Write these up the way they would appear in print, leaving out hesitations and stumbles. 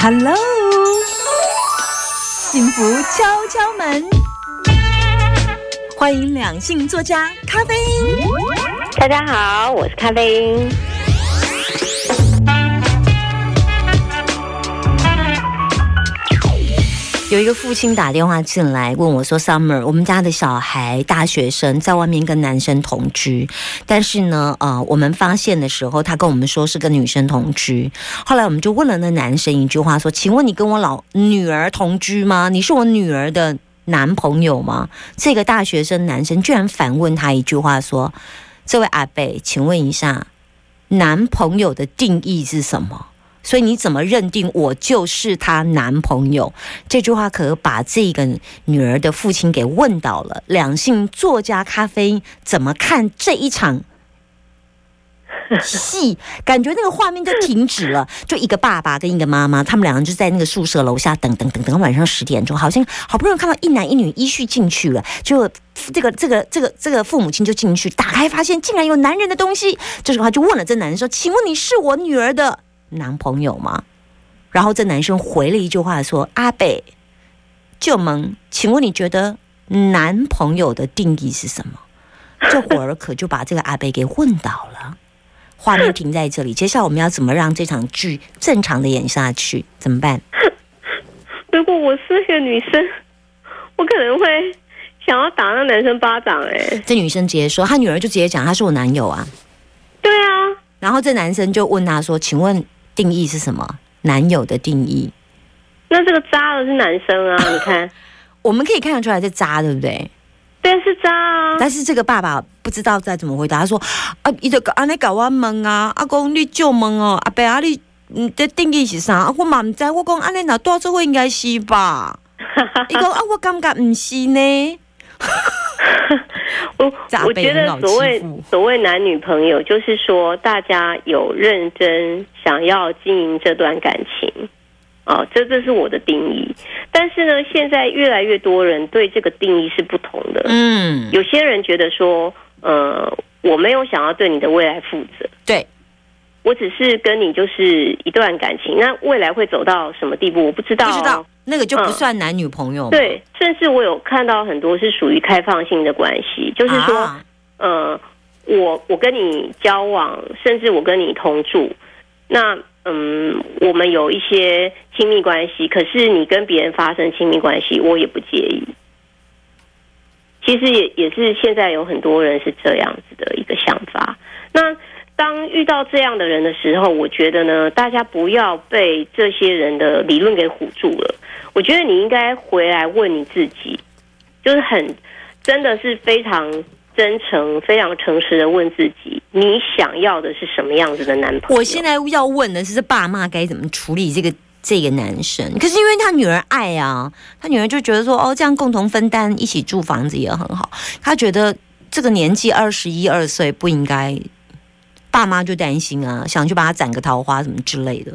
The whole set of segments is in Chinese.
Hello， 幸福敲敲门，欢迎两性作家咖啡因。 大家好，我是咖啡因。 有一个父亲打电话进来问我说 Summer， 我们家的小孩大学生在外面跟男生同居，但是呢我们发现的时候他跟我们说是跟女生同居，后来我们就问了那男生一句话说，请问你跟我女儿同居吗？你是我女儿的男朋友吗？这个大学生男生居然反问他一句话说，这位阿伯请问一下，男朋友的定义是什么？所以你怎么认定我就是她男朋友？这句话可把这个女儿的父亲给问倒了。两性作家咖啡因怎么看这一场戏？感觉那个画面就停止了，就一个爸爸跟一个妈妈，他们两个就在那个宿舍楼下等晚上10点钟，好像好不容易看到一男一女依序进去了，就这个父母亲就进去，打开发现竟然有男人的东西，这时候他就问了这男人说，请问你是我女儿的男朋友吗？然后这男生回了一句话说，阿伯就问，请问你觉得男朋友的定义是什么？这会儿可就把这个阿伯给问倒了。画面停在这里，接下来我们要怎么让这场剧正常的演下去？怎么办？ 如果我是个女生，我可能会想要打那男生巴掌。 这女生直接说，她女儿就直接讲，他是我男友啊。 对啊。 然后这男生就问她说，请问定义是什么？男友的定义？ 那这个渣的是男生啊，你看。 我们可以看得出来是渣，对不对？ 对，是渣啊。 但是这个爸爸不知道该怎么回答，他说啊，他就这样跟我问啊，啊说你就问哦，阿伯啊你的定义是啥？我嘛不知道，我说这样如果做伙应该是吧？他说啊，我感觉不是呢。 我觉得所谓男女朋友，就是说大家有认真想要经营这段感情。这是我的定义，但是呢，现在越来越多人对这个定义是不同的。有些人觉得说，我没有想要对你的未来负责， 对， 我只是跟你就是一段感情，那未来会走到什么地步，我不知道。不知道， 那个就不算男女朋友。 对，甚至我有看到很多是属于开放性的关系，就是说，我跟你交往，甚至我跟你同住，那。我们有一些亲密关系，可是你跟别人发生亲密关系，我也不介意。其实也是现在有很多人是这样子的一个想法。那当遇到这样的人的时候，我觉得呢，大家不要被这些人的理论给唬住了。我觉得你应该回来问你自己，就是真的是非常真诚、非常诚实的问自己，你想要的是什么样子的男朋友？ 我现在要问的是，爸妈该怎么处理这个男生？可是因为他女儿爱啊，他女儿就觉得说，这样共同分担，一起住房子也很好。他觉得这个年纪21、2岁不应该，爸妈就担心啊，想去把他斩个桃花什么之类的，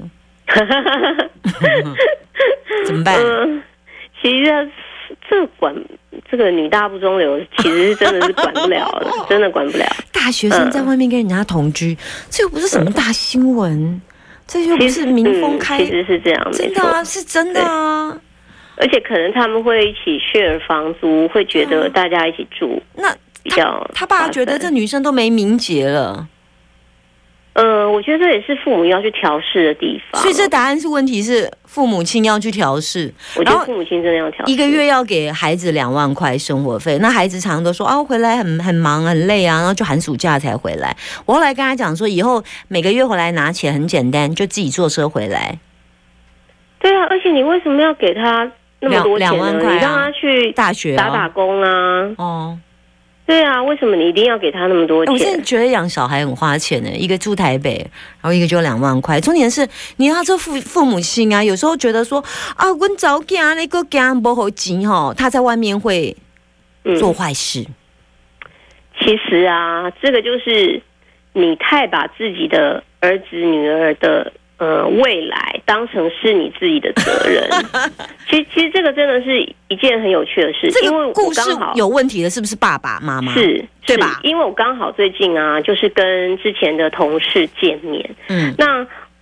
怎么办？ 其实这个女大不中留，其实真的是管不了的，真的管不了。 大学生在外面跟人家同居，这又不是什么大新闻，这又不是民风开， 其实是这样， 真的啊，是真的啊。 而且可能他们会一起 share 房租，会觉得大家一起住， 那比较他爸觉得这女生都没名节了。 我觉得这也是父母要去调试的地方。 所以这答案是问题是父母亲要去调试。 我觉得父母亲真的要调试。 一个月要给孩子2万块生活费，那孩子常常都说啊，回来很忙很累啊，然后就寒暑假才回来。我后来跟他讲说，以后每个月回来拿钱很简单，就自己坐车回来。 对啊，而且你为什么要给他那么多钱呢？ 2万块啊， 你让他去大学打工啊。对啊，为什么你一定要给他那么多钱？ 我真的觉得养小孩很花钱的，一个住台北，然后一个就2万块。重点是你要这父母亲啊，有时候觉得说啊，我早嫁那个嫁不好钱哈，他在外面会做坏事。 其实啊，这个就是你太把自己的儿子女儿的未来当成是你自己的责任。其实这个真的是一件很有趣的事， 这个因为故事有问题的是不是爸爸妈妈？ 是， 对吧？ 因为我刚好最近啊，就是跟之前的同事见面。那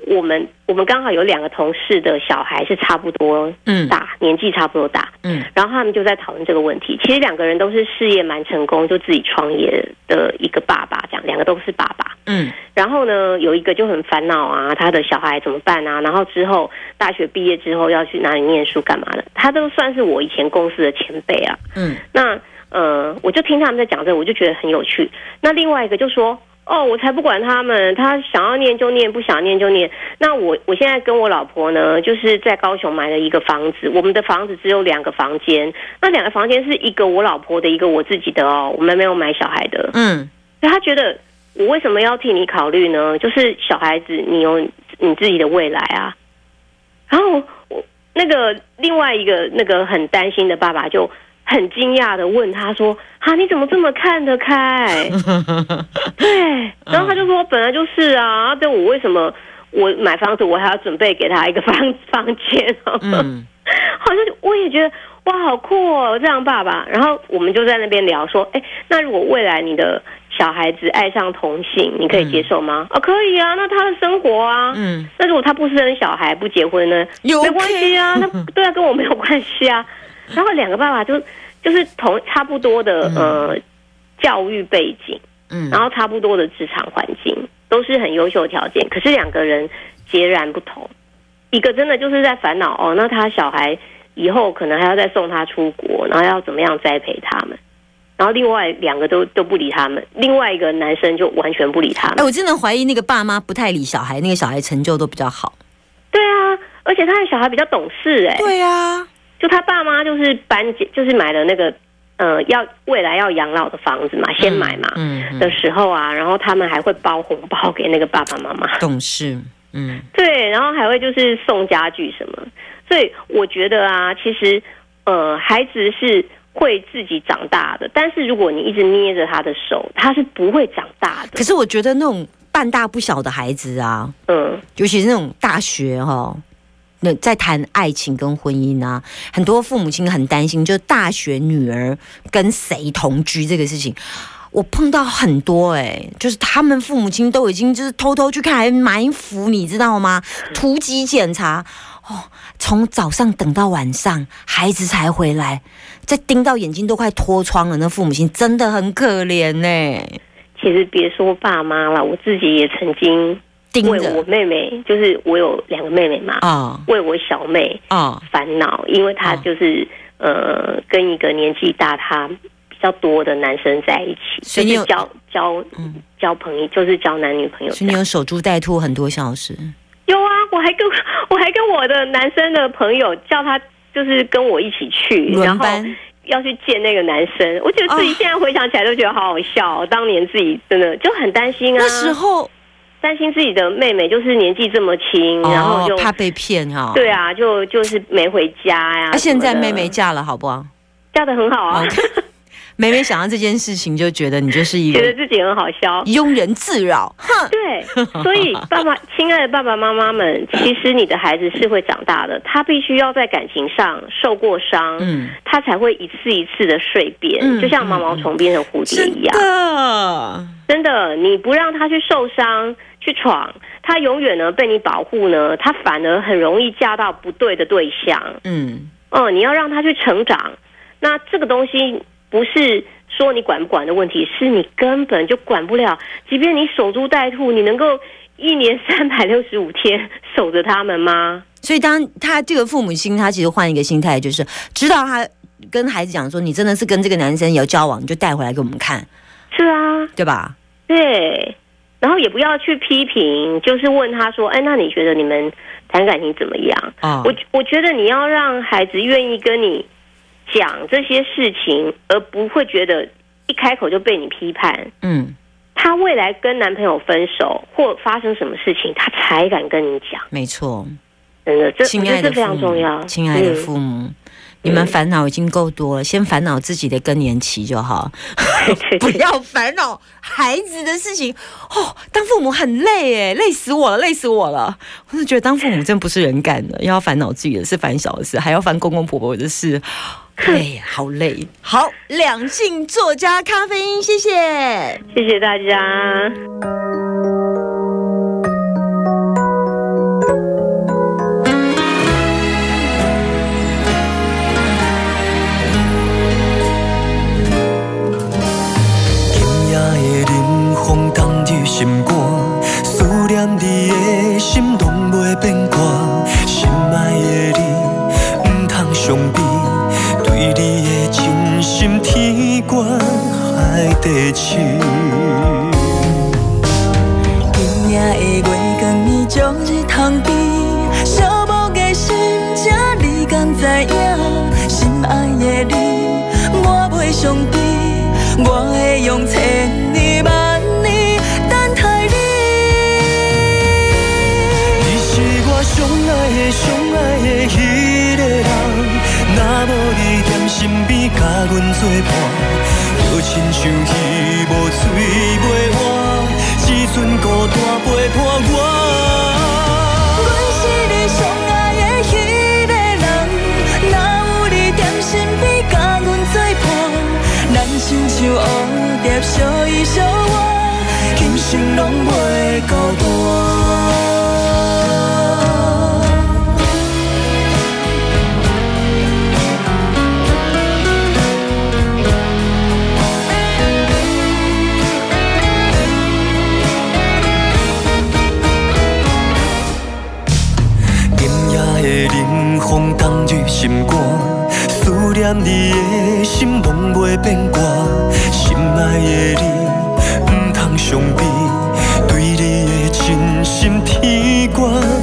我们刚好有2个同事的小孩是差不多大，年纪差不多大，然后他们就在讨论这个问题。其实2个人都是事业蛮成功，就自己创业的一个爸爸，这样2个都是爸爸。然后呢，有一个就很烦恼啊，他的小孩怎么办啊？然后之后大学毕业之后要去哪里念书干嘛的？他都算是我以前公司的前辈啊。那我就听他们在讲这个，我就觉得很有趣。那另外一个就说，我才不管他们，他想要念就念，不想念就念。那我现在跟我老婆呢，就是在高雄买了一个房子，我们的房子只有2个房间，那2个房间是一个我老婆的，一个我自己的哦，我们没有买小孩的。所以他觉得我为什么要替你考虑呢？就是小孩子，你有你自己的未来啊。然后我那个另外一个那个很担心的爸爸就很惊讶的问他说：“你怎么这么看得开？”对，然后他就说：“本来就是啊，但我为什么我买房子我还要准备给他一个房间？”好像我也觉得哇，好酷哦，这样爸爸。然后我们就在那边聊说：“那如果未来你的小孩子爱上同性，你可以接受吗？”可以啊，那他的生活啊。那如果他不生小孩不结婚呢？没关系啊，对啊，跟我没有关系啊。然后2个爸爸就是差不多的教育背景，然后差不多的职场环境，都是很优秀的条件，可是2个人截然不同。一个真的就是在烦恼那他小孩以后可能还要再送他出国，然后要怎么样栽培他们。然后另外2个都不理他们，另外一个男生就完全不理他们。 我真的怀疑那个爸妈不太理小孩，那个小孩成就都比较好。 对啊，而且他的小孩比较懂事对啊。 就他爸妈就是买了那个未来要养老的房子嘛，先买嘛的时候啊，然后他们还会包红包给那个爸爸妈妈， 懂事。 对，然后还会就是送家具什么。所以我觉得啊，其实孩子是会自己长大的，但是如果你一直捏着他的手，他是不会长大的。 可是我觉得那种半大不小的孩子啊，尤其是那种大学那在谈爱情跟婚姻啊，很多父母亲很担心，就是大学女儿跟谁同居这个事情。我碰到很多就是他们父母亲都已经就是偷偷去看，还埋伏，你知道吗？突击检查从早上等到晚上，孩子才回来，再盯到眼睛都快脱窗了。那父母亲真的很可怜其实别说爸妈了，我自己也曾经为我妹妹，就是我有2个妹妹嘛，为我小妹烦恼，因为她就是跟一个年纪大她比较多的男生在一起，所以你有交朋友，就是交男女朋友。 所以你有守株待兔很多小时。 有啊，我还跟我的男生的朋友叫他就是跟我一起去，然后要去见那个男生。我觉得自己现在回想起来都觉得好好笑当年自己真的就很担心啊。 那时候担心自己的妹妹就是年纪这么轻，然后就怕被骗对啊，就是没回家呀。 现在妹妹嫁了好不好？ 嫁得很好啊。 妹妹想到这件事情，就觉得你就是一个觉得自己很好笑， 庸人自扰。 对，所以亲爱的爸爸妈妈们，其实你的孩子是会长大的，他必须要在感情上受过伤，他才会一次一次的蜕变，就像毛毛虫变成蝴蝶一样。真的，你不让他去受伤、去闯，他永远呢被你保护呢，他反而很容易嫁到不对的对象。你要让他去成长，那这个东西。不是说你管不管的问题，是你根本就管不了。即便你守株待兔，你能够1年365天守着他们吗？ 所以当他这个父母亲，他其实换一个心态，就是知道他跟孩子讲说，你真的是跟这个男生有交往，你就带回来给我们看。 是啊， 对吧？ 对。然后也不要去批评，就是问他说：“那你觉得你们谈感情怎么样？”我觉得你要让孩子愿意跟你讲这些事情，而不会觉得一开口就被你批判。他未来跟男朋友分手或发生什么事情，他才敢跟你讲。 没错， 真的，这非常重要。 亲爱的父母，你们烦恼已经够多了，先烦恼自己的更年期就好，不要烦恼孩子的事情。当父母很累累死我了，累死我了！我就觉得当父母真不是人干的，要烦恼自己的事，烦小的事，还要烦公公婆婆的事。累，好累。好，两性作家咖啡因，谢谢， 谢谢大家。 我会用千年万年等待你。你是我上爱的上爱的迄个人，若无你踮身边甲阮作伴。就亲像鱼无水袂活，只剩孤单陪伴我。阮是你上爱的迄个人，若有你踮身边甲阮作伴，咱亲像蝴蝶相依相偎，今生拢袂孤单。冷风冻入心肝，思念你的心梦袂变卦。心爱的你，唔通伤悲，对你的真心天悬。